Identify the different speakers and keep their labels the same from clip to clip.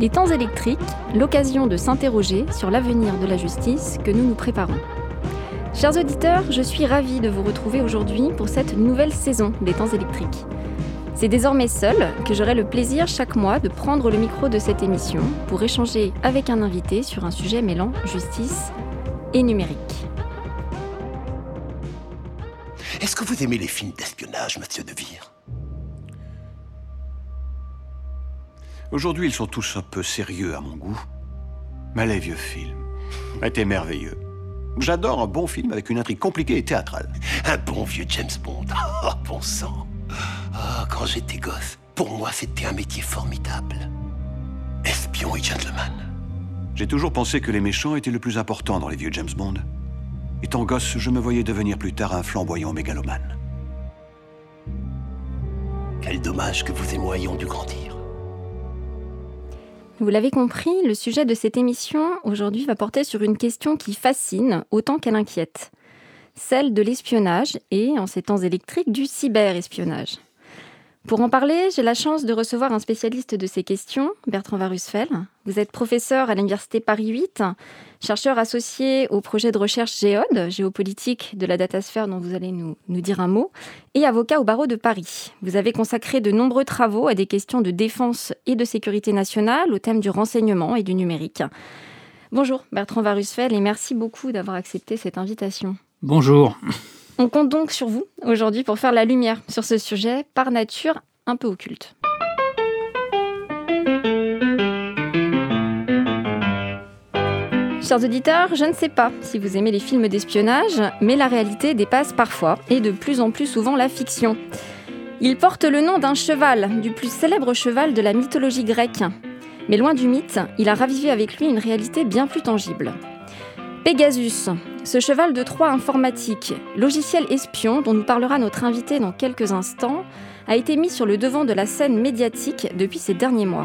Speaker 1: Les temps électriques, l'occasion de s'interroger sur l'avenir de la justice que nous nous préparons. Chers auditeurs, je suis ravie de vous retrouver aujourd'hui pour cette nouvelle saison des temps électriques. C'est désormais seul que j'aurai le plaisir chaque mois de prendre le micro de cette émission pour échanger avec un invité sur un sujet mêlant justice et numérique.
Speaker 2: Est-ce que vous aimez les films d'espionnage, monsieur De Vere ?
Speaker 3: Aujourd'hui, ils sont tous un peu sérieux à mon goût. Mais les vieux films étaient merveilleux. J'adore un bon film avec une intrigue compliquée et théâtrale.
Speaker 2: Un bon vieux James Bond. Oh, bon sang. Oh, quand j'étais gosse, pour moi, c'était un métier formidable. Espion et gentleman.
Speaker 3: J'ai toujours pensé que les méchants étaient le plus important dans les vieux James Bond. Étant gosse, je me voyais devenir plus tard un flamboyant mégalomane.
Speaker 2: Quel dommage que vous et moi ayons dû grandir.
Speaker 1: Vous l'avez compris, le sujet de cette émission aujourd'hui va porter sur une question qui fascine autant qu'elle inquiète. Celle de l'espionnage et, en ces temps électriques, du cyberespionnage. Pour en parler, j'ai la chance de recevoir un spécialiste de ces questions, Bertrand Warusfel. Vous êtes professeur à l'Université Paris 8, chercheur associé au projet de recherche Géode, géopolitique de la datasphère dont vous allez nous dire un mot, et avocat au barreau de Paris. Vous avez consacré de nombreux travaux à des questions de défense et de sécurité nationale, au thème du renseignement et du numérique. Bonjour Bertrand Warusfel et merci beaucoup d'avoir accepté cette invitation.
Speaker 4: Bonjour.
Speaker 1: On compte donc sur vous aujourd'hui pour faire la lumière sur ce sujet par nature un peu occulte. Chers auditeurs, je ne sais pas si vous aimez les films d'espionnage, mais la réalité dépasse parfois et de plus en plus souvent la fiction. Il porte le nom d'un cheval, du plus célèbre cheval de la mythologie grecque. Mais loin du mythe, il a ravivé avec lui une réalité bien plus tangible. Pegasus, ce cheval de Troie informatique, logiciel espion dont nous parlera notre invité dans quelques instants, a été mis sur le devant de la scène médiatique depuis ces derniers mois.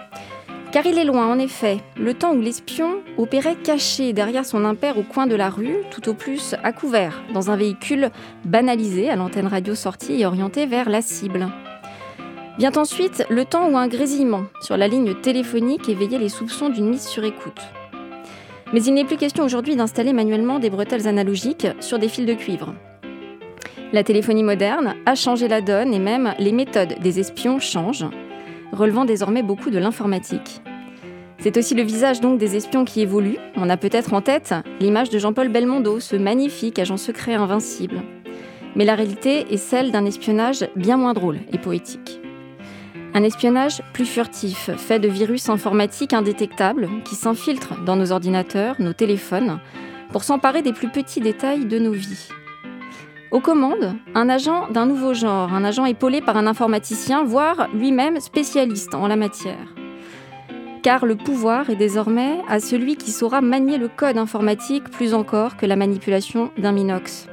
Speaker 1: Car il est loin, en effet, le temps où l'espion opérait caché derrière son impair au coin de la rue, tout au plus à couvert, dans un véhicule banalisé à l'antenne radio sortie et orienté vers la cible. Vient ensuite le temps où un grésillement sur la ligne téléphonique éveillait les soupçons d'une mise sur écoute. Mais il n'est plus question aujourd'hui d'installer manuellement des bretelles analogiques sur des fils de cuivre. La téléphonie moderne a changé la donne et même les méthodes des espions changent, relevant désormais beaucoup de l'informatique. C'est aussi le visage donc des espions qui évolue. On a peut-être en tête l'image de Jean-Paul Belmondo, ce magnifique agent secret invincible. Mais la réalité est celle d'un espionnage bien moins drôle et poétique. Un espionnage plus furtif, fait de virus informatiques indétectables qui s'infiltrent dans nos ordinateurs, nos téléphones, pour s'emparer des plus petits détails de nos vies. Aux commandes, un agent d'un nouveau genre, un agent épaulé par un informaticien, voire lui-même spécialiste en la matière. Car le pouvoir est désormais à celui qui saura manier le code informatique plus encore que la manipulation d'un minox.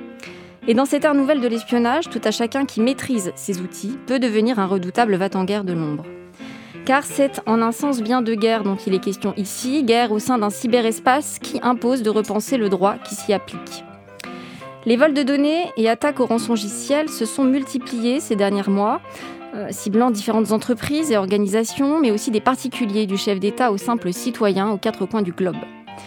Speaker 1: Et dans cette ère nouvelle de l'espionnage, tout à chacun qui maîtrise ces outils peut devenir un redoutable va-t-en-guerre de l'ombre. Car c'est en un sens bien de guerre dont il est question ici, guerre au sein d'un cyberespace qui impose de repenser le droit qui s'y applique. Les vols de données et attaques au rançongiciel se sont multipliés ces derniers mois, ciblant différentes entreprises et organisations, mais aussi des particuliers, du chef d'État aux simples citoyens aux quatre coins du globe.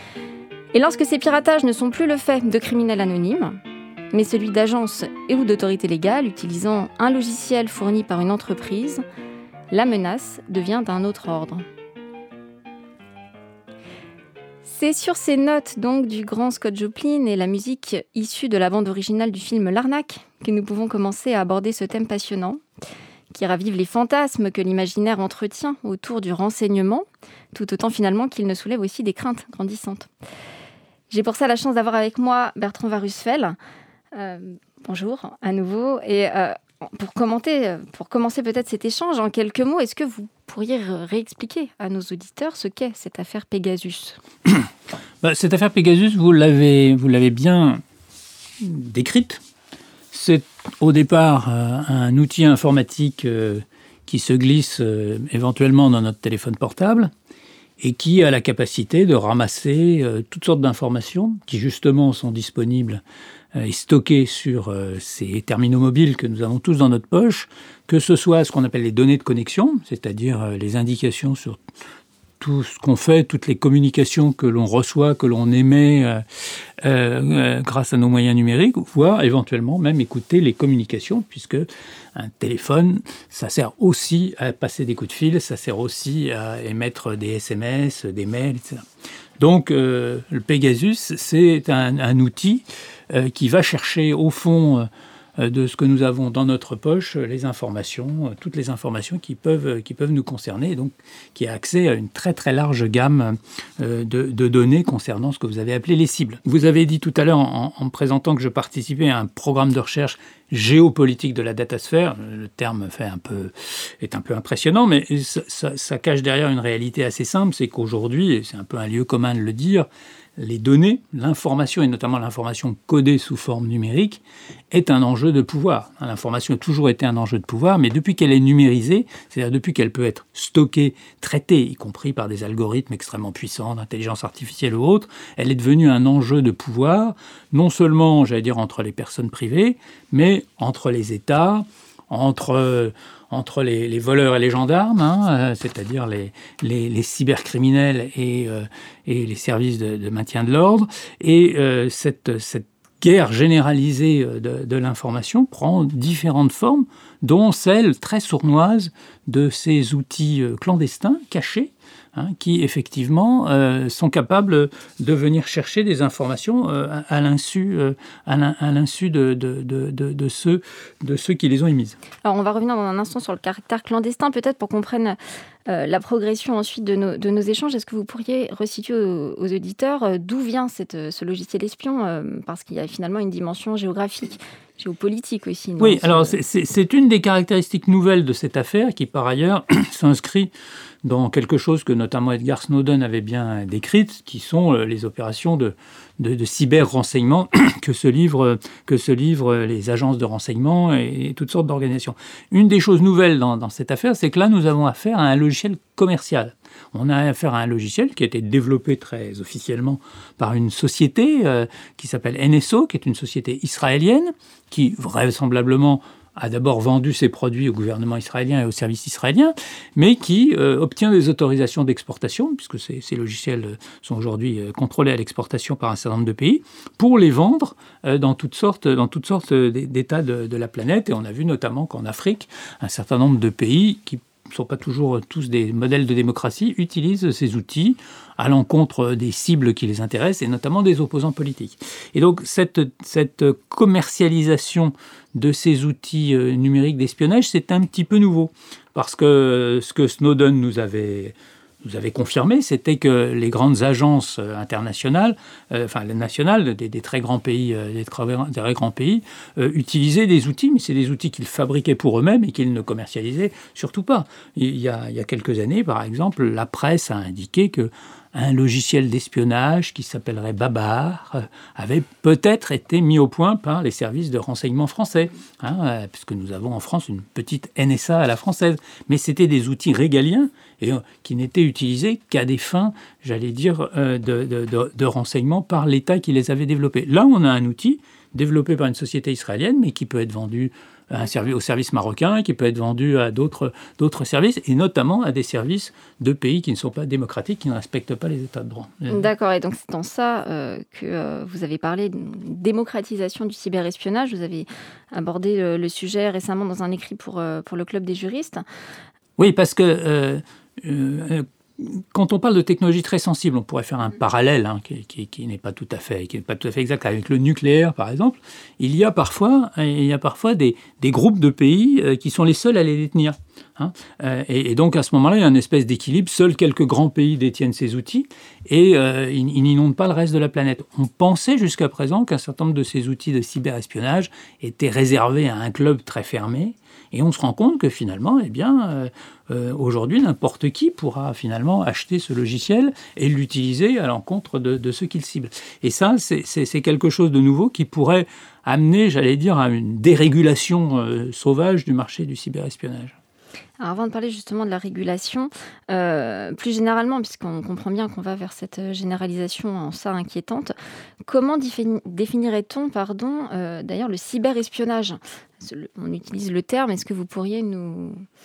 Speaker 1: Et lorsque ces piratages ne sont plus le fait de criminels anonymes, mais celui d'agences et ou d'autorités légales utilisant un logiciel fourni par une entreprise, la menace devient d'un autre ordre. C'est sur ces notes donc du grand Scott Joplin et la musique issue de la bande originale du film L'Arnaque que nous pouvons commencer à aborder ce thème passionnant, qui ravive les fantasmes que l'imaginaire entretient autour du renseignement, tout autant finalement qu'il ne soulève aussi des craintes grandissantes. J'ai pour ça la chance d'avoir avec moi Bertrand Warusfel. Bonjour à nouveau. Et pour commencer peut-être cet échange en quelques mots, est-ce que vous pourriez réexpliquer à nos auditeurs ce qu'est cette affaire Pegasus ?
Speaker 4: Cette affaire Pegasus, vous l'avez bien décrite. C'est au départ un outil informatique qui se glisse éventuellement dans notre téléphone portable et qui a la capacité de ramasser toutes sortes d'informations qui justement sont disponibles et stockées sur ces terminaux mobiles que nous avons tous dans notre poche, que ce soit ce qu'on appelle les données de connexion, c'est-à-dire les indications sur tout ce qu'on fait, toutes les communications que l'on reçoit, que l'on émet grâce à nos moyens numériques, voire éventuellement même écouter les communications, puisque un téléphone, ça sert aussi à passer des coups de fil, ça sert aussi à émettre des SMS, des mails, etc. Donc le Pegasus, c'est un outil qui va chercher au fond de ce que nous avons dans notre poche, les informations, toutes les informations qui peuvent nous concerner, et donc qui a accès à une très très large gamme de données concernant ce que vous avez appelé les cibles. Vous avez dit tout à l'heure en me présentant que je participais à un programme de recherche géopolitique de la datasphère. Le terme est un peu impressionnant, mais ça cache derrière une réalité assez simple, c'est qu'aujourd'hui, et c'est un peu un lieu commun de le dire, les données, l'information, et notamment l'information codée sous forme numérique, est un enjeu de pouvoir. L'information a toujours été un enjeu de pouvoir, mais depuis qu'elle est numérisée, c'est-à-dire depuis qu'elle peut être stockée, traitée, y compris par des algorithmes extrêmement puissants, d'intelligence artificielle ou autre, elle est devenue un enjeu de pouvoir, non seulement, j'allais dire, entre les personnes privées, mais entre les États, entre les voleurs et les gendarmes, c'est-à-dire les cybercriminels et les services de maintien de l'ordre. Et cette guerre généralisée de l'information prend différentes formes, dont celle très sournoise de ces outils clandestins, cachés, qui effectivement sont capables de venir chercher des informations à l'insu de ceux qui les ont émises.
Speaker 1: Alors on va revenir dans un instant sur le caractère clandestin, peut-être pour qu'on prenne la progression ensuite de nos échanges. Est-ce que vous pourriez resituer aux auditeurs d'où vient ce logiciel espion, parce qu'il y a finalement une dimension géographique, géopolitique aussi. Non ?
Speaker 4: Oui, alors c'est une des caractéristiques nouvelles de cette affaire qui, par ailleurs, s'inscrit dans quelque chose que notamment Edward Snowden avait bien décrite, qui sont les opérations de cyber-renseignement que se livrent les agences de renseignement et toutes sortes d'organisations. Une des choses nouvelles dans cette affaire, c'est que là, nous avons affaire à un logiciel commercial. On a affaire à un logiciel qui a été développé très officiellement par une société qui s'appelle NSO, qui est une société israélienne, qui vraisemblablement a d'abord vendu ses produits au gouvernement israélien et aux services israéliens, mais qui obtient des autorisations d'exportation, puisque ces logiciels sont aujourd'hui contrôlés à l'exportation par un certain nombre de pays, pour les vendre dans toutes sortes d'États de la planète. Et on a vu notamment qu'en Afrique, un certain nombre de pays qui ne sont pas toujours tous des modèles de démocratie, utilisent ces outils à l'encontre des cibles qui les intéressent, et notamment des opposants politiques. Et donc, cette commercialisation de ces outils numériques d'espionnage, c'est un petit peu nouveau. Parce que ce que Snowden nous avait confirmé, c'était que les grandes agences internationales, les nationales des très grands pays, utilisaient des outils, mais c'est des outils qu'ils fabriquaient pour eux-mêmes et qu'ils ne commercialisaient surtout pas. Il y a quelques années, par exemple, la presse a indiqué que un logiciel d'espionnage qui s'appellerait Babar avait peut-être été mis au point par les services de renseignement français, puisque nous avons en France une petite NSA à la française. Mais c'était des outils régaliens et qui n'étaient utilisés qu'à des fins, j'allais dire, de renseignement par l'État qui les avait développés. Là, on a un outil développé par une société israélienne, mais qui peut être vendu au service marocain, qui peut être vendu à d'autres services, et notamment à des services de pays qui ne sont pas démocratiques, qui ne respectent pas les États de droit.
Speaker 1: D'accord, et donc c'est dans ça que vous avez parlé de démocratisation du cyberespionnage. Vous avez abordé le sujet récemment dans un écrit pour le Club des juristes.
Speaker 4: Oui, parce que quand on parle de technologies très sensibles, on pourrait faire un parallèle qui n'est pas tout à fait exact avec le nucléaire, par exemple. Il y a parfois des groupes de pays qui sont les seuls à les détenir. Et donc, à ce moment-là, il y a une espèce d'équilibre. Seuls quelques grands pays détiennent ces outils et ils n'inondent pas le reste de la planète. On pensait jusqu'à présent qu'un certain nombre de ces outils de cyberespionnage étaient réservés à un club très fermé. Et on se rend compte que finalement, aujourd'hui, n'importe qui pourra finalement acheter ce logiciel et l'utiliser à l'encontre de ceux qu'il cible. Et ça, c'est quelque chose de nouveau qui pourrait amener, j'allais dire, à une dérégulation sauvage du marché du cyberespionnage.
Speaker 1: Alors avant de parler justement de la régulation, plus généralement, puisqu'on comprend bien qu'on va vers cette généralisation en ça inquiétante, comment définirait-on d'ailleurs le cyberespionnage ? On utilise le terme, est-ce que vous pourriez nous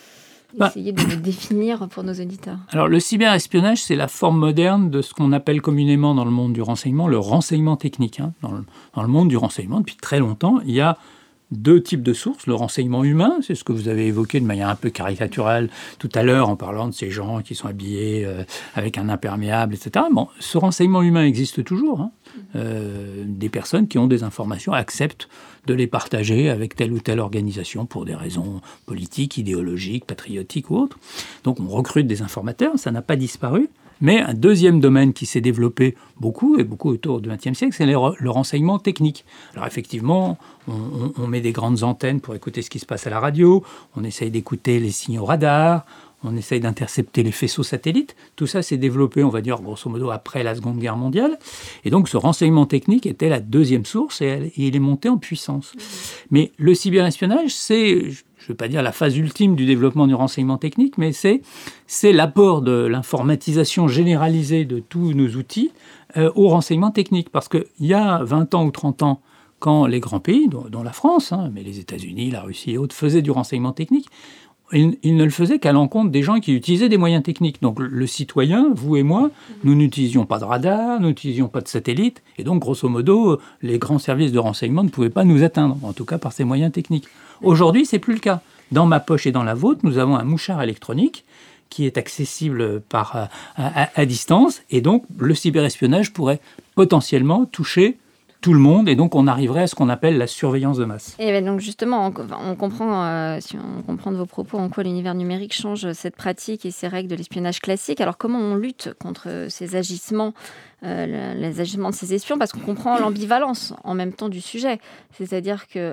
Speaker 1: essayer de le définir pour nos auditeurs.
Speaker 4: Alors, le cyberespionnage, c'est la forme moderne de ce qu'on appelle communément dans le monde du renseignement le renseignement technique. Dans le monde du renseignement, depuis très longtemps, il y a 2 types de sources. Le renseignement humain, c'est ce que vous avez évoqué de manière un peu caricaturale tout à l'heure en parlant de ces gens qui sont habillés avec un imperméable, etc. Bon, ce renseignement humain existe toujours. Des personnes qui ont des informations acceptent de les partager avec telle ou telle organisation pour des raisons politiques, idéologiques, patriotiques ou autres. Donc on recrute des informateurs, ça n'a pas disparu. Mais un deuxième domaine qui s'est développé beaucoup autour du XXe siècle, c'est le renseignement technique. Alors effectivement, on met des grandes antennes pour écouter ce qui se passe à la radio, on essaye d'écouter les signaux radars, on essaye d'intercepter les faisceaux satellites. Tout ça s'est développé, on va dire, grosso modo, après la Seconde Guerre mondiale. Et donc ce renseignement technique était la deuxième source et il est monté en puissance. Mais le cyberespionnage, c'est... je ne veux pas dire la phase ultime du développement du renseignement technique, mais c'est l'apport de l'informatisation généralisée de tous nos outils au renseignement technique. Parce qu'il y a 20 ans ou 30 ans, quand les grands pays, dont la France, mais les États-Unis, la Russie et autres, faisaient du renseignement technique, ils ne le faisaient qu'à l'encontre des gens qui utilisaient des moyens techniques. Donc le citoyen, vous et moi, nous n'utilisions pas de radar, nous n'utilisions pas de satellite, et donc grosso modo, les grands services de renseignement ne pouvaient pas nous atteindre, en tout cas par ces moyens techniques. Aujourd'hui, ce n'est plus le cas. Dans ma poche et dans la vôtre, nous avons un mouchard électronique qui est accessible à distance, et donc le cyberespionnage pourrait potentiellement toucher tout le monde, et donc on arriverait à ce qu'on appelle la surveillance de masse.
Speaker 1: Et bien donc justement, on comprend, si on comprend de vos propos, en quoi l'univers numérique change cette pratique et ces règles de l'espionnage classique. Alors comment on lutte contre ces agissements, les agissements de ces espions, parce qu'on comprend l'ambivalence en même temps du sujet. C'est-à-dire que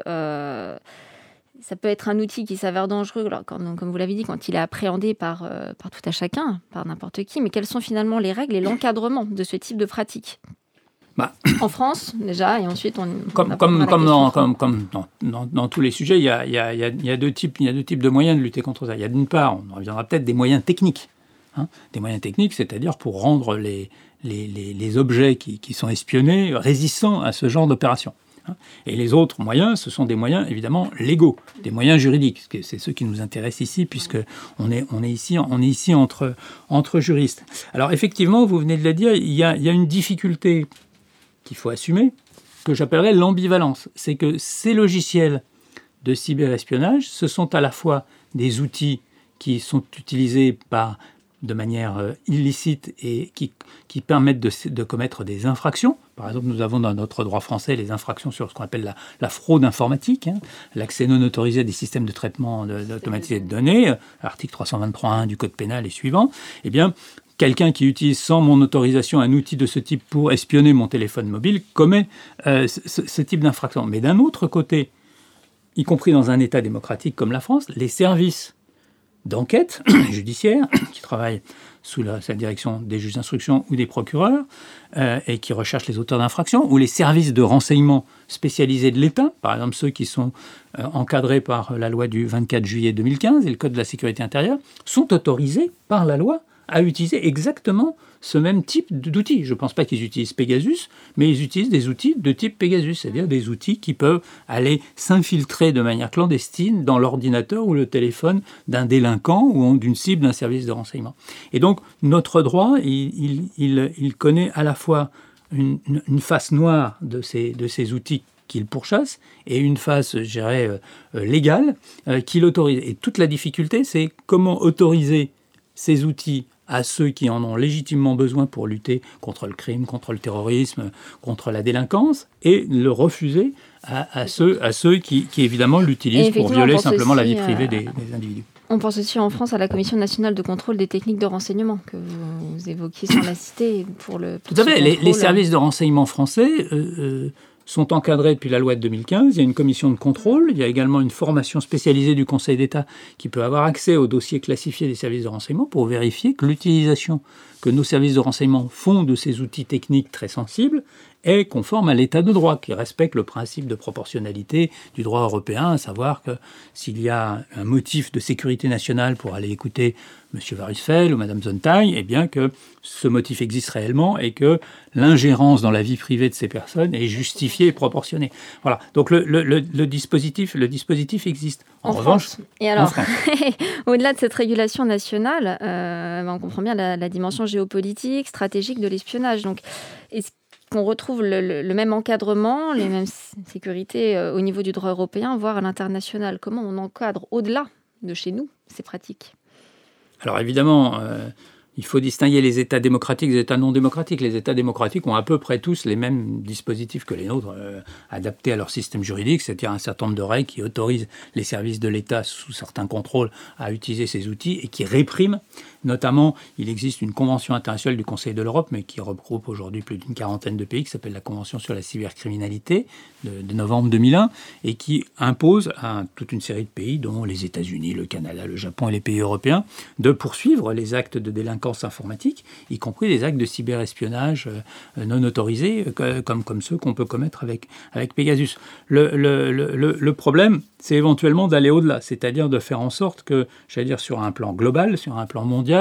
Speaker 1: ça peut être un outil qui s'avère dangereux, comme vous l'avez dit, quand il est appréhendé par tout à chacun, par n'importe qui. Mais quelles sont finalement les règles et l'encadrement de ce type de pratique ? En France, déjà, et ensuite
Speaker 4: comme dans tous les sujets, il y a deux types de moyens de lutter contre ça. Il y a d'une part, on reviendra peut-être, des moyens techniques. Des moyens techniques, c'est-à-dire pour rendre les objets qui sont espionnés résistants à ce genre d'opération. Et les autres moyens, ce sont des moyens évidemment légaux, des moyens juridiques. C'est ceux qui nous intéressent ici, puisqu'on est ici entre juristes. Alors effectivement, vous venez de le dire, il y a une difficulté qu'il faut assumer, que j'appellerais l'ambivalence. C'est que ces logiciels de cyberespionnage, ce sont à la fois des outils qui sont utilisés de manière illicite et qui permettent de commettre des infractions. Par exemple, nous avons dans notre droit français les infractions sur ce qu'on appelle la fraude informatique, l'accès non autorisé à des systèmes de traitement automatisé de données, article 323.1 du Code pénal et suivant. Eh bien, quelqu'un qui utilise sans mon autorisation un outil de ce type pour espionner mon téléphone mobile commet ce type d'infraction. Mais d'un autre côté, y compris dans un État démocratique comme la France, les services d'enquête judiciaire qui travaillent sous la direction des juges d'instruction ou des procureurs et qui recherchent les auteurs d'infractions, ou les services de renseignement spécialisés de l'État, par exemple ceux qui sont encadrés par la loi du 24 juillet 2015 et le Code de la sécurité intérieure, sont autorisés par la loi à utiliser exactement ce même type d'outils. Je ne pense pas qu'ils utilisent Pegasus, mais ils utilisent des outils de type Pegasus, c'est-à-dire des outils qui peuvent aller s'infiltrer de manière clandestine dans l'ordinateur ou le téléphone d'un délinquant ou d'une cible d'un service de renseignement. Et donc, notre droit, il connaît à la fois une face noire de ces outils qu'il pourchasse et une face, je dirais, légale qui l'autorise. Et toute la difficulté, c'est comment autoriser ces outils à ceux qui en ont légitimement besoin pour lutter contre le crime, contre le terrorisme, contre la délinquance, et le refuser à ceux qui évidemment l'utilisent pour violer simplement la vie privée des individus.
Speaker 1: On pense aussi en France à la Commission nationale de contrôle des techniques de renseignement que vous évoquiez sans la citer. Tout
Speaker 4: à fait, les services de renseignement français sont encadrés depuis la loi de 2015. Il y a une commission de contrôle. Il y a également une formation spécialisée du Conseil d'État qui peut avoir accès aux dossiers classifiés des services de renseignement pour vérifier que l'utilisation que nos services de renseignement font de ces outils techniques très sensibles est conforme à l'état de droit, qui respecte le principe de proportionnalité du droit européen, à savoir que s'il y a un motif de sécurité nationale pour aller écouter M. Warusfeld ou Mme Sonntag, eh bien que ce motif existe réellement et que l'ingérence dans la vie privée de ces personnes est justifiée et proportionnée. Voilà. Donc le dispositif existe. En revanche,
Speaker 1: France. Et alors, au-delà de cette régulation nationale, on comprend bien la dimension géopolitique, stratégique de l'espionnage. Donc, est-ce qu'on retrouve le même encadrement, les mêmes sécurités au niveau du droit européen, voire à l'international? Comment on encadre au-delà de chez nous ces pratiques?
Speaker 4: Alors évidemment, il faut distinguer les États démocratiques des États non démocratiques. Les États démocratiques ont à peu près tous les mêmes dispositifs que les nôtres, adaptés à leur système juridique, c'est-à-dire un certain nombre de règles qui autorisent les services de l'État sous certains contrôles à utiliser ces outils et qui répriment. Notamment, il existe une convention internationale du Conseil de l'Europe, mais qui regroupe aujourd'hui plus d'une quarantaine de pays, qui s'appelle la Convention sur la cybercriminalité de novembre 2001, et qui impose à toute une série de pays, dont les États-Unis, le Canada, le Japon et les pays européens, de poursuivre les actes de délinquance informatique, y compris les actes de cyberespionnage non autorisés, comme ceux qu'on peut commettre avec Pegasus. Le problème, c'est éventuellement d'aller au-delà, c'est-à-dire de faire en sorte que, j'allais dire sur un plan global, sur un plan mondial,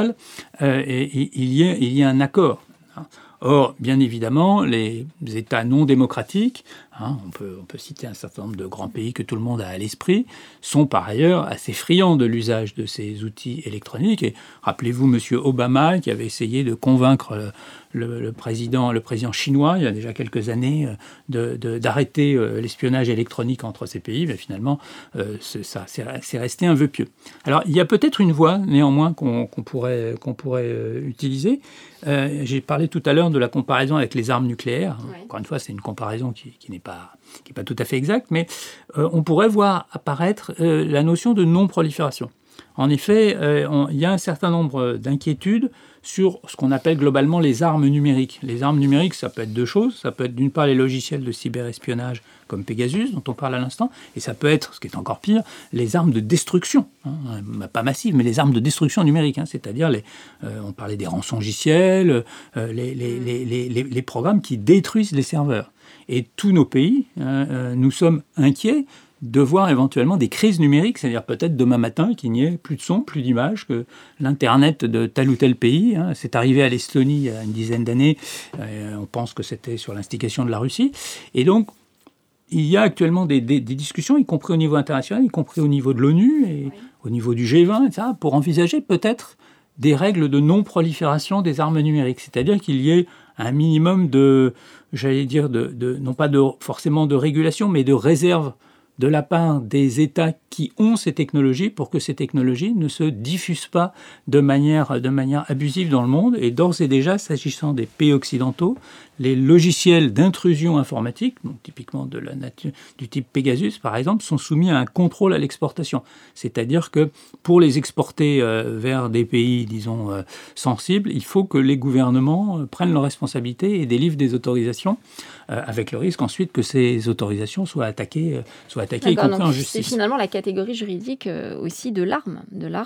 Speaker 4: il y ait un accord. Or, bien évidemment, les États non démocratiques, on peut citer un certain nombre de grands pays que tout le monde a à l'esprit, sont par ailleurs assez friands de l'usage de ces outils électroniques. Et rappelez-vous M. Obama qui avait essayé de convaincre le président chinois, il y a déjà quelques années, d'arrêter l'espionnage électronique entre ces pays. Mais finalement, c'est resté un vœu pieux. Alors, il y a peut-être une voie, néanmoins, qu'on pourrait utiliser. J'ai parlé tout à l'heure de la comparaison avec les armes nucléaires. Ouais. Encore une fois, c'est une comparaison qui n'est pas tout à fait exacte, mais on pourrait voir apparaître la notion de non-prolifération. En effet, il y a un certain nombre d'inquiétudes sur ce qu'on appelle globalement les armes numériques. Les armes numériques, ça peut être deux choses. Ça peut être d'une part les logiciels de cyberespionnage comme Pegasus, dont on parle à l'instant, et ça peut être, ce qui est encore pire, les armes de destruction, pas massives, mais les armes de destruction numérique, c'est-à-dire, on parlait des rançongiciels, les programmes qui détruisent les serveurs. Et tous nos pays, nous sommes inquiets de voir éventuellement des crises numériques, c'est-à-dire peut-être demain matin qu'il n'y ait plus de son, plus d'images, que l'Internet de tel ou tel pays, c'est arrivé à l'Estonie il y a une dizaine d'années, on pense que c'était sur l'instigation de la Russie, et donc il y a actuellement des discussions, y compris au niveau international, y compris au niveau de l'ONU et au niveau du G20, etc., pour envisager peut-être des règles de non-prolifération des armes numériques, c'est-à-dire qu'il y ait un minimum de, j'allais dire, non pas forcément de régulation, mais de réserve de la part des États qui ont ces technologies pour que ces technologies ne se diffusent pas de manière abusive dans le monde. Et d'ores et déjà, s'agissant des pays occidentaux, les logiciels d'intrusion informatique, donc typiquement du type Pegasus par exemple, sont soumis à un contrôle à l'exportation. C'est-à-dire que pour les exporter vers des pays, disons, sensibles, il faut que les gouvernements prennent leurs responsabilités et délivrent des autorisations, avec le risque ensuite que ces autorisations soient attaquées y compris en justice.
Speaker 1: C'est finalement la catégorie juridique aussi de l'arme,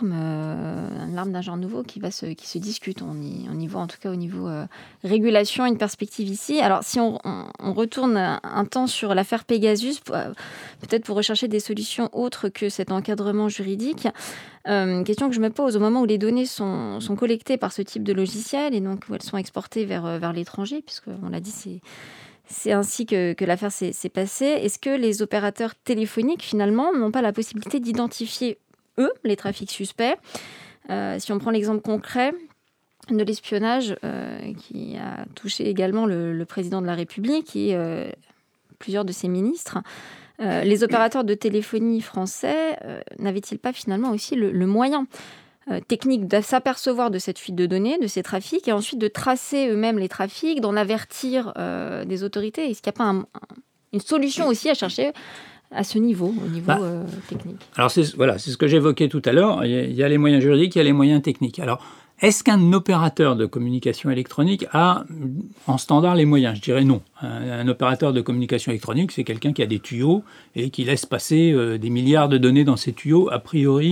Speaker 1: l'arme d'un genre nouveau qui se discute. On y voit en tout cas au niveau régulation une perspective ici. Alors si on retourne un temps sur l'affaire Pegasus, peut-être pour rechercher des solutions autres que cet encadrement juridique, une question que je me pose au moment où les données sont collectées par ce type de logiciel et donc où elles sont exportées vers l'étranger, puisqu'on l'a dit, c'est ainsi que l'affaire s'est passée. Est-ce que les opérateurs téléphoniques, finalement, n'ont pas la possibilité d'identifier, eux, les trafics suspects ? Si on prend l'exemple concret de l'espionnage qui a touché également le président de la République et plusieurs de ses ministres, les opérateurs de téléphonie français n'avaient-ils pas finalement aussi le moyen technique de s'apercevoir de cette fuite de données, de ces trafics, et ensuite de tracer eux-mêmes les trafics, d'en avertir des autorités? Est-ce qu'il n'y a pas une solution aussi à chercher à ce niveau, au niveau technique? Alors
Speaker 4: c'est ce que j'évoquais tout à l'heure. Il y a les moyens juridiques, il y a les moyens techniques. Alors, est-ce qu'un opérateur de communication électronique a en standard les moyens ? Je dirais non. Un opérateur de communication électronique, c'est quelqu'un qui a des tuyaux et qui laisse passer des milliards de données dans ces tuyaux. A priori,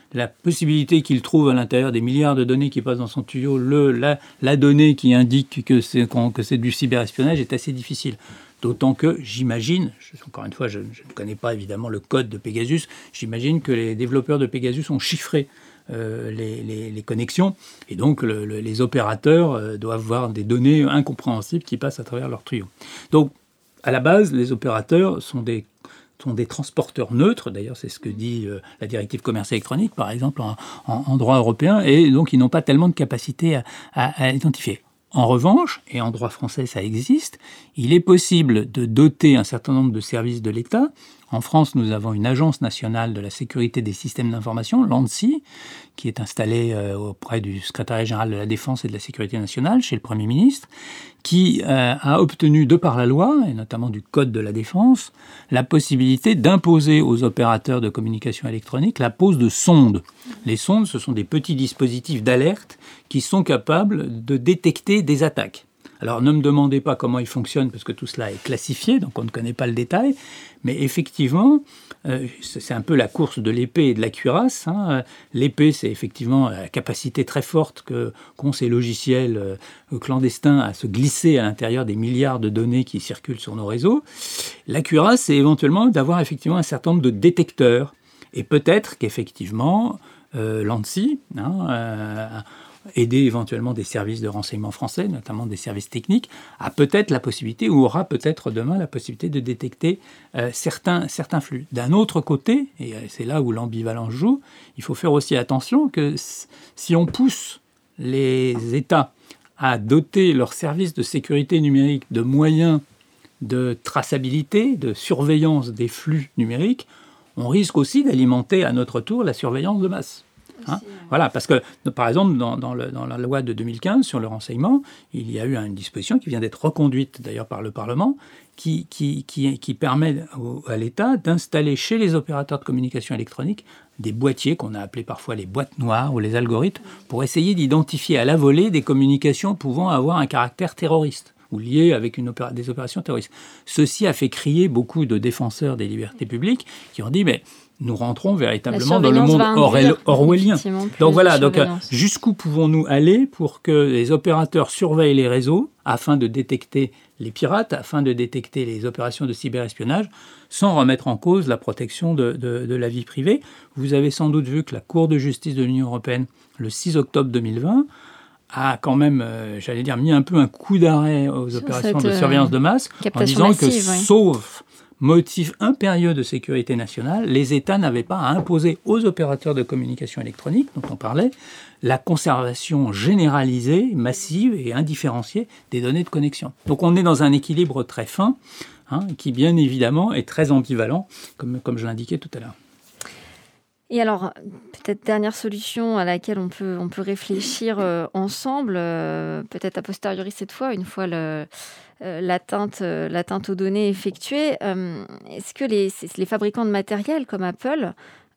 Speaker 4: la possibilité qu'il trouve à l'intérieur des milliards de données qui passent dans son tuyau, la donnée qui indique que c'est du cyberespionnage est assez difficile. D'autant que j'imagine, encore une fois, je ne connais pas évidemment le code de Pegasus, j'imagine que les développeurs de Pegasus ont chiffré les connexions, et donc les opérateurs doivent voir des données incompréhensibles qui passent à travers leur tuyau. Donc, à la base, les opérateurs sont des transporteurs neutres, d'ailleurs c'est ce que dit la directive commerce électronique, par exemple, en droit européen, et donc ils n'ont pas tellement de capacité à identifier. En revanche, et en droit français ça existe, il est possible de doter un certain nombre de services de l'État. En France, nous avons une agence nationale de la sécurité des systèmes d'information, l'ANSSI, qui est installée auprès du secrétariat général de la Défense et de la Sécurité nationale, chez le Premier ministre, qui a obtenu, de par la loi, et notamment du Code de la Défense, la possibilité d'imposer aux opérateurs de communication électronique la pose de sondes. Les sondes, ce sont des petits dispositifs d'alerte qui sont capables de détecter des attaques. Alors, ne me demandez pas comment ils fonctionnent, parce que tout cela est classifié, donc on ne connaît pas le détail. Mais effectivement, c'est un peu la course de l'épée et de la cuirasse. L'épée, c'est effectivement la capacité très forte qu'ont ces logiciels clandestins à se glisser à l'intérieur des milliards de données qui circulent sur nos réseaux. La cuirasse, c'est éventuellement d'avoir effectivement un certain nombre de détecteurs. Et peut-être qu'effectivement, l'ANSSI, aider éventuellement des services de renseignement français, notamment des services techniques, a peut-être la possibilité, ou aura peut-être demain la possibilité de détecter certains flux. D'un autre côté, et c'est là où l'ambivalence joue, il faut faire aussi attention que si on pousse les États à doter leurs services de sécurité numérique de moyens de traçabilité, de surveillance des flux numériques, on risque aussi d'alimenter à notre tour la surveillance de masse. Voilà, parce que, par exemple, dans la loi de 2015 sur le renseignement, il y a eu une disposition qui vient d'être reconduite d'ailleurs par le Parlement, qui permet à l'État d'installer chez les opérateurs de communication électronique des boîtiers qu'on a appelés parfois les boîtes noires ou les algorithmes, pour essayer d'identifier à la volée des communications pouvant avoir un caractère terroriste ou liées avec des opérations terroristes. Ceci a fait crier beaucoup de défenseurs des libertés publiques qui ont dit mais nous rentrons véritablement dans le monde orwellien. Donc voilà, jusqu'où pouvons-nous aller pour que les opérateurs surveillent les réseaux afin de détecter les pirates, afin de détecter les opérations de cyberespionnage, sans remettre en cause la protection de la vie privée. Vous avez sans doute vu que la Cour de justice de l'Union européenne, le 6 octobre 2020, a quand même, mis un peu un coup d'arrêt aux opérations de surveillance de masse, en disant que, sauf motif impérieux de sécurité nationale, les États n'avaient pas à imposer aux opérateurs de communication électronique, dont on parlait, la conservation généralisée, massive et indifférenciée des données de connexion. Donc on est dans un équilibre très fin, qui bien évidemment est très ambivalent, comme je l'indiquais tout à l'heure.
Speaker 1: Et alors, peut-être dernière solution à laquelle on peut réfléchir ensemble, peut-être a posteriori cette fois, une fois l'atteinte aux données effectuée. Est-ce que les fabricants de matériel comme Apple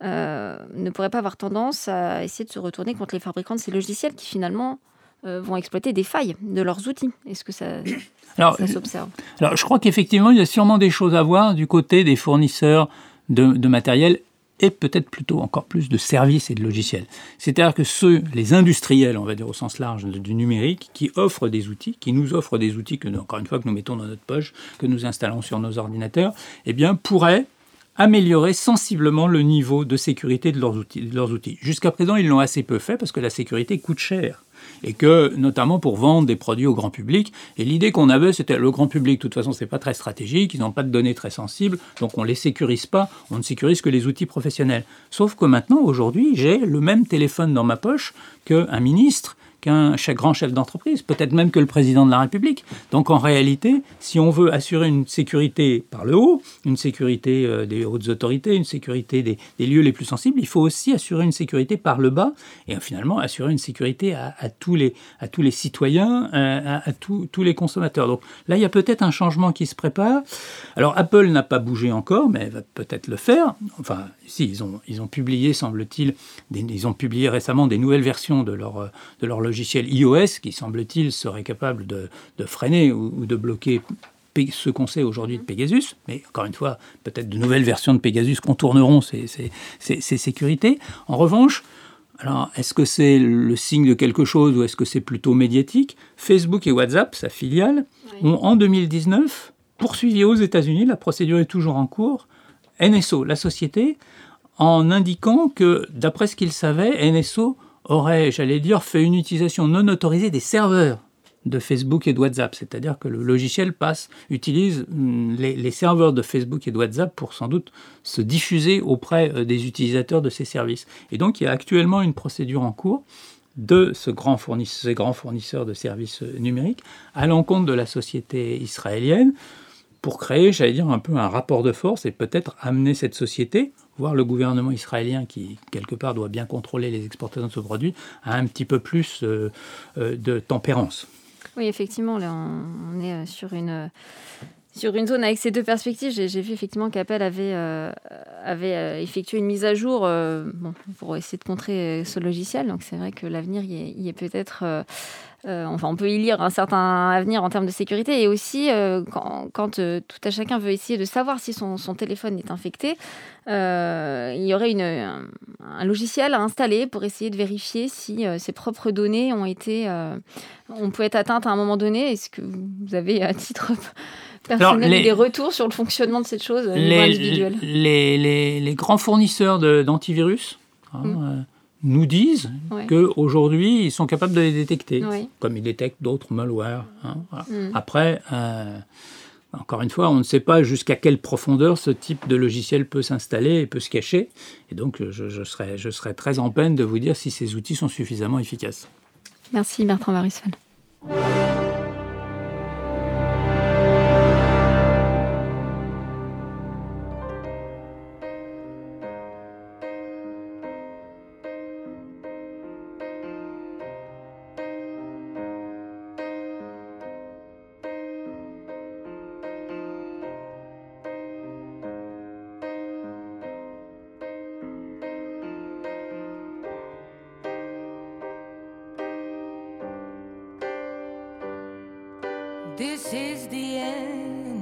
Speaker 1: ne pourraient pas avoir tendance à essayer de se retourner contre les fabricants de ces logiciels qui finalement vont exploiter des failles de leurs outils? Est-ce que ça s'observe?
Speaker 4: Alors, je crois qu'effectivement, il y a sûrement des choses à voir du côté des fournisseurs de matériel et peut-être plutôt encore plus de services et de logiciels. C'est-à-dire que les industriels, on va dire au sens large du numérique, qui offrent des outils, qui nous offrent des outils que nous mettons dans notre poche, que nous installons sur nos ordinateurs, pourraient améliorer sensiblement le niveau de sécurité de leurs outils. Jusqu'à présent, ils l'ont assez peu fait parce que la sécurité coûte cher. Et que, notamment pour vendre des produits au grand public, et l'idée qu'on avait, c'était le grand public, de toute façon, c'est pas très stratégique, ils n'ont pas de données très sensibles, donc on les sécurise pas, on ne sécurise que les outils professionnels. Sauf que maintenant, aujourd'hui, j'ai le même téléphone dans ma poche qu'un ministre, qu'un grand chef d'entreprise, peut-être même que le président de la République. Donc en réalité, si on veut assurer une sécurité par le haut, une sécurité des hautes autorités, une sécurité des lieux les plus sensibles, il faut aussi assurer une sécurité par le bas et finalement assurer une sécurité à tous les citoyens, à tous les consommateurs. Donc là, il y a peut-être un changement qui se prépare. Alors Apple n'a pas bougé encore, mais elle va peut-être le faire. Enfin, si, ils ont publié, semble-t-il, ils ont publié récemment des nouvelles versions de leur logiciel iOS qui, semble-t-il, serait capable de freiner ou de bloquer ce qu'on sait aujourd'hui de Pegasus, mais encore une fois, peut-être de nouvelles versions de Pegasus contourneront ces sécurités. En revanche, alors, est-ce que c'est le signe de quelque chose ou est-ce que c'est plutôt médiatique ? Facebook et WhatsApp, sa filiale, ont en 2019 poursuivi aux États-Unis, la procédure est toujours en cours, NSO, la société, en indiquant que, d'après ce qu'ils savaient, NSO aurait, fait une utilisation non autorisée des serveurs de Facebook et de WhatsApp, c'est-à-dire que le logiciel utilise les serveurs de Facebook et de WhatsApp pour sans doute se diffuser auprès des utilisateurs de ces services. Et donc il y a actuellement une procédure en cours de ces grands fournisseurs de services numériques à l'encontre de la société israélienne pour créer, un peu un rapport de force et peut-être amener cette société, voire le gouvernement israélien qui, quelque part, doit bien contrôler les exportations de ce produit, à un petit peu plus de tempérance.
Speaker 1: Oui, effectivement, là, on est sur une zone avec ces deux perspectives. J'ai vu effectivement qu'Apple avait effectué une mise à jour pour essayer de contrer ce logiciel. Donc c'est vrai que l'avenir y est peut-être... on peut y lire un certain avenir en termes de sécurité. Et aussi, quand tout à chacun veut essayer de savoir si son téléphone est infecté, il y aurait un logiciel à installer pour essayer de vérifier si ses propres données on peut être atteintes à un moment donné. Est-ce que vous avez, à titre personnel, des retours sur le fonctionnement de cette chose au niveau individuel ?
Speaker 4: Les grands fournisseurs d'antivirus nous disent qu'aujourd'hui, ils sont capables de les détecter, comme ils détectent d'autres malwares. Voilà. Après, encore une fois, on ne sait pas jusqu'à quelle profondeur ce type de logiciel peut s'installer et peut se cacher. Et donc, je serais très en peine de vous dire si ces outils sont suffisamment efficaces.
Speaker 1: Merci Bertrand Warrisfeld.
Speaker 5: This is the end.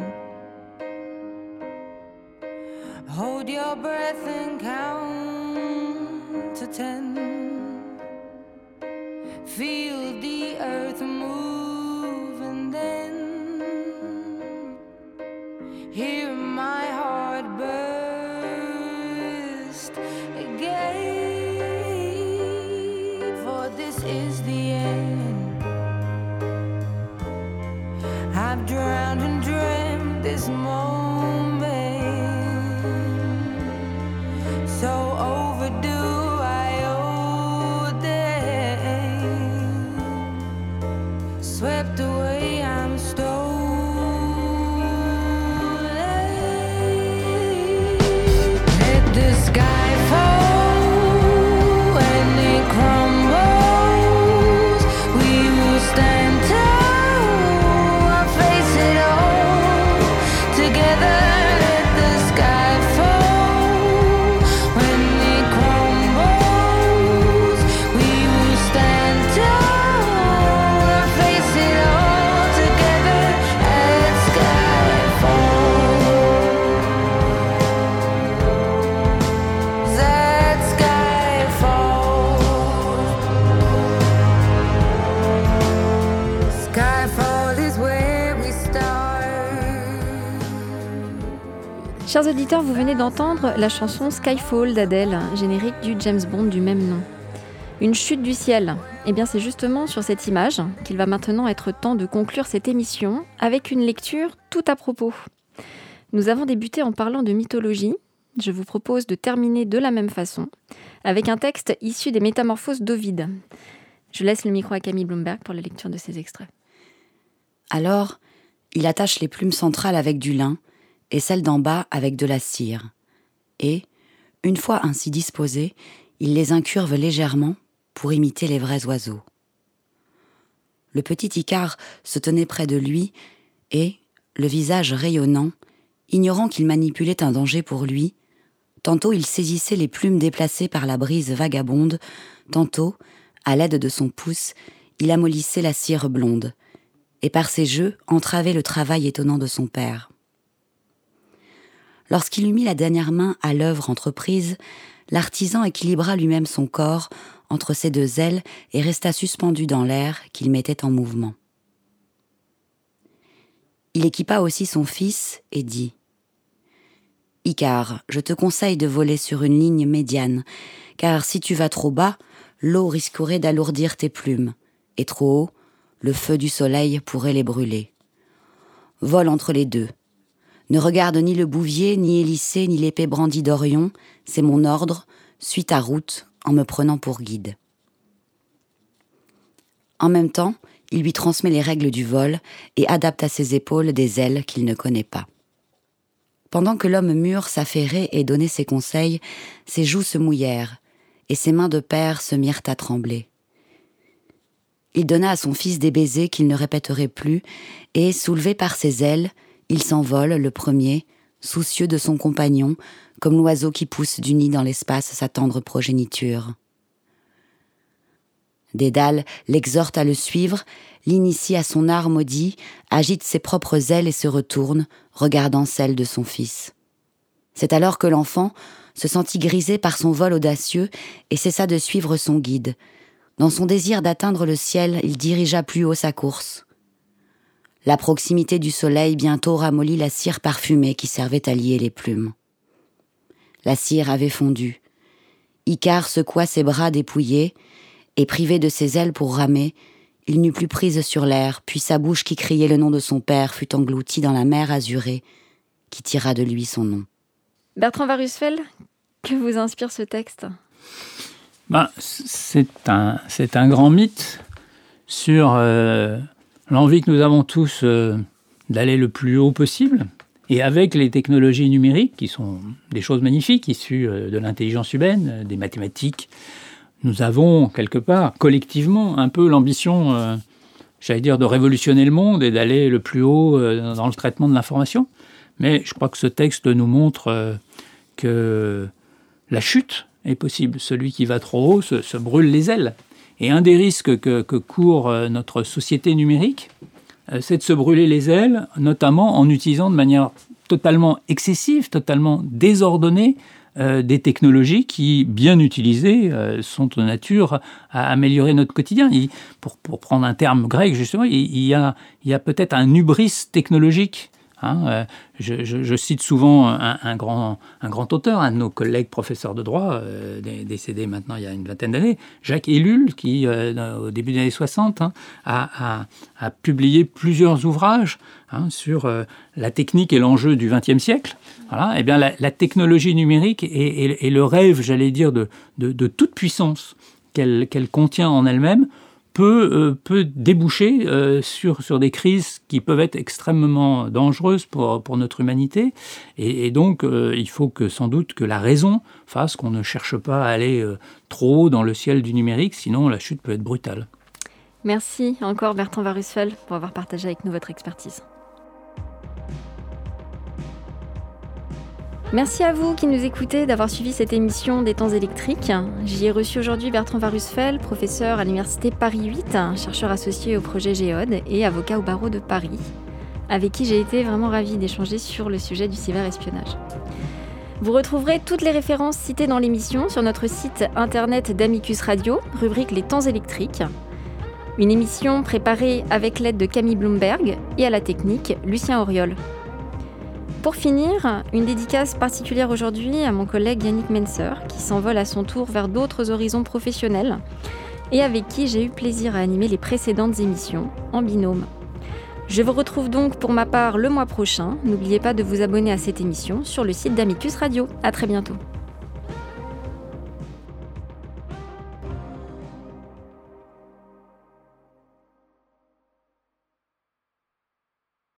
Speaker 5: Hold your breath and count to 10. Feel the earth move and then hear my heart burst again. For this is the end. I've drowned and dreamt this moment, so overdue I owe them. Swept away, I'm stolen. Let the sky fall and it crumbles. We will stand tall.
Speaker 1: Chers auditeurs, vous venez d'entendre la chanson Skyfall d'Adèle, générique du James Bond du même nom. Une chute du ciel. Eh bien, c'est justement sur cette image qu'il va maintenant être temps de conclure cette émission avec une lecture tout à propos. Nous avons débuté en parlant de mythologie. Je vous propose de terminer de la même façon, avec un texte issu des Métamorphoses d'Ovide. Je laisse le micro à Camille Bloomberg pour la lecture de ces extraits.
Speaker 6: Alors, il attache les plumes centrales avec du lin, et celles d'en bas avec de la cire. Et, une fois ainsi disposées, il les incurve légèrement pour imiter les vrais oiseaux. Le petit Icare se tenait près de lui et, le visage rayonnant, ignorant qu'il manipulait un danger pour lui, tantôt il saisissait les plumes déplacées par la brise vagabonde, tantôt, à l'aide de son pouce, il amollissait la cire blonde, et par ses jeux entraver le travail étonnant de son père. Lorsqu'il eut mis la dernière main à l'œuvre entreprise, l'artisan équilibra lui-même son corps entre ses deux ailes et resta suspendu dans l'air qu'il mettait en mouvement. Il équipa aussi son fils et dit « Icare, je te conseille de voler sur une ligne médiane, car si tu vas trop bas, l'eau risquerait d'alourdir tes plumes, et trop haut, le feu du soleil pourrait les brûler. Vole entre les deux. Ne regarde ni le bouvier, ni Élysée, ni l'épée brandie d'Orion, c'est mon ordre, suis ta route en me prenant pour guide. » En même temps, il lui transmet les règles du vol et adapte à ses épaules des ailes qu'il ne connaît pas. Pendant que l'homme mûr s'affairait et donnait ses conseils, ses joues se mouillèrent et ses mains de père se mirent à trembler. Il donna à son fils des baisers qu'il ne répéterait plus et, soulevé par ses ailes, il s'envole, le premier, soucieux de son compagnon, comme l'oiseau qui pousse du nid dans l'espace sa tendre progéniture. Dédale l'exhorte à le suivre, l'initie à son art maudit, agite ses propres ailes et se retourne, regardant celles de son fils. C'est alors que l'enfant se sentit grisé par son vol audacieux et cessa de suivre son guide. Dans son désir d'atteindre le ciel, il dirigea plus haut sa course. La proximité du soleil bientôt ramollit la cire parfumée qui servait à lier les plumes. La cire avait fondu. Icare secoua ses bras dépouillés, et privé de ses ailes pour ramer, il n'eut plus prise sur l'air, puis sa bouche qui criait le nom de son père fut engloutie dans la mer azurée qui tira de lui son nom.
Speaker 1: Bertrand Warusfeld, que vous inspire ce texte ?
Speaker 4: C'est un grand mythe sur l'envie que nous avons tous d'aller le plus haut possible. Et avec les technologies numériques, qui sont des choses magnifiques, issues de l'intelligence humaine, des mathématiques, nous avons, quelque part, collectivement, un peu l'ambition, de révolutionner le monde et d'aller le plus haut dans le traitement de l'information. Mais je crois que ce texte nous montre que la chute est possible. Celui qui va trop haut se brûle les ailes. Et un des risques que court notre société numérique, c'est de se brûler les ailes, notamment en utilisant de manière totalement excessive, totalement désordonnée, des technologies qui, bien utilisées, sont de nature à améliorer notre quotidien. Pour prendre un terme grec, justement, il y a peut-être un hubris technologique. Je cite souvent un grand auteur, un de nos collègues professeurs de droit, décédé maintenant il y a une vingtaine d'années, Jacques Ellul, qui, au début des années 60, a publié plusieurs ouvrages sur la technique et l'enjeu du XXe siècle. Voilà. Eh bien, la technologie numérique est le rêve, j'allais dire, de toute puissance qu'elle contient en elle-même, peut déboucher sur des crises qui peuvent être extrêmement dangereuses pour notre humanité. Et donc, il faut sans doute que la raison fasse qu'on ne cherche pas à aller trop haut dans le ciel du numérique, sinon la chute peut être brutale.
Speaker 1: Merci encore Bertrand Warusfeld pour avoir partagé avec nous votre expertise. Merci à vous qui nous écoutez d'avoir suivi cette émission des Temps électriques. J'y ai reçu aujourd'hui Bertrand Warusfeld, professeur à l'Université Paris 8, chercheur associé au projet Géode et avocat au barreau de Paris, avec qui j'ai été vraiment ravie d'échanger sur le sujet du cyberespionnage. Vous retrouverez toutes les références citées dans l'émission sur notre site internet d'Amicus Radio, rubrique Les Temps électriques. Une émission préparée avec l'aide de Camille Bloomberg et à la technique, Lucien Auriol. Pour finir, une dédicace particulière aujourd'hui à mon collègue Yannick Menser, qui s'envole à son tour vers d'autres horizons professionnels et avec qui j'ai eu plaisir à animer les précédentes émissions en binôme. Je vous retrouve donc pour ma part le mois prochain. N'oubliez pas de vous abonner à cette émission sur le site d'Amicus Radio. À très bientôt.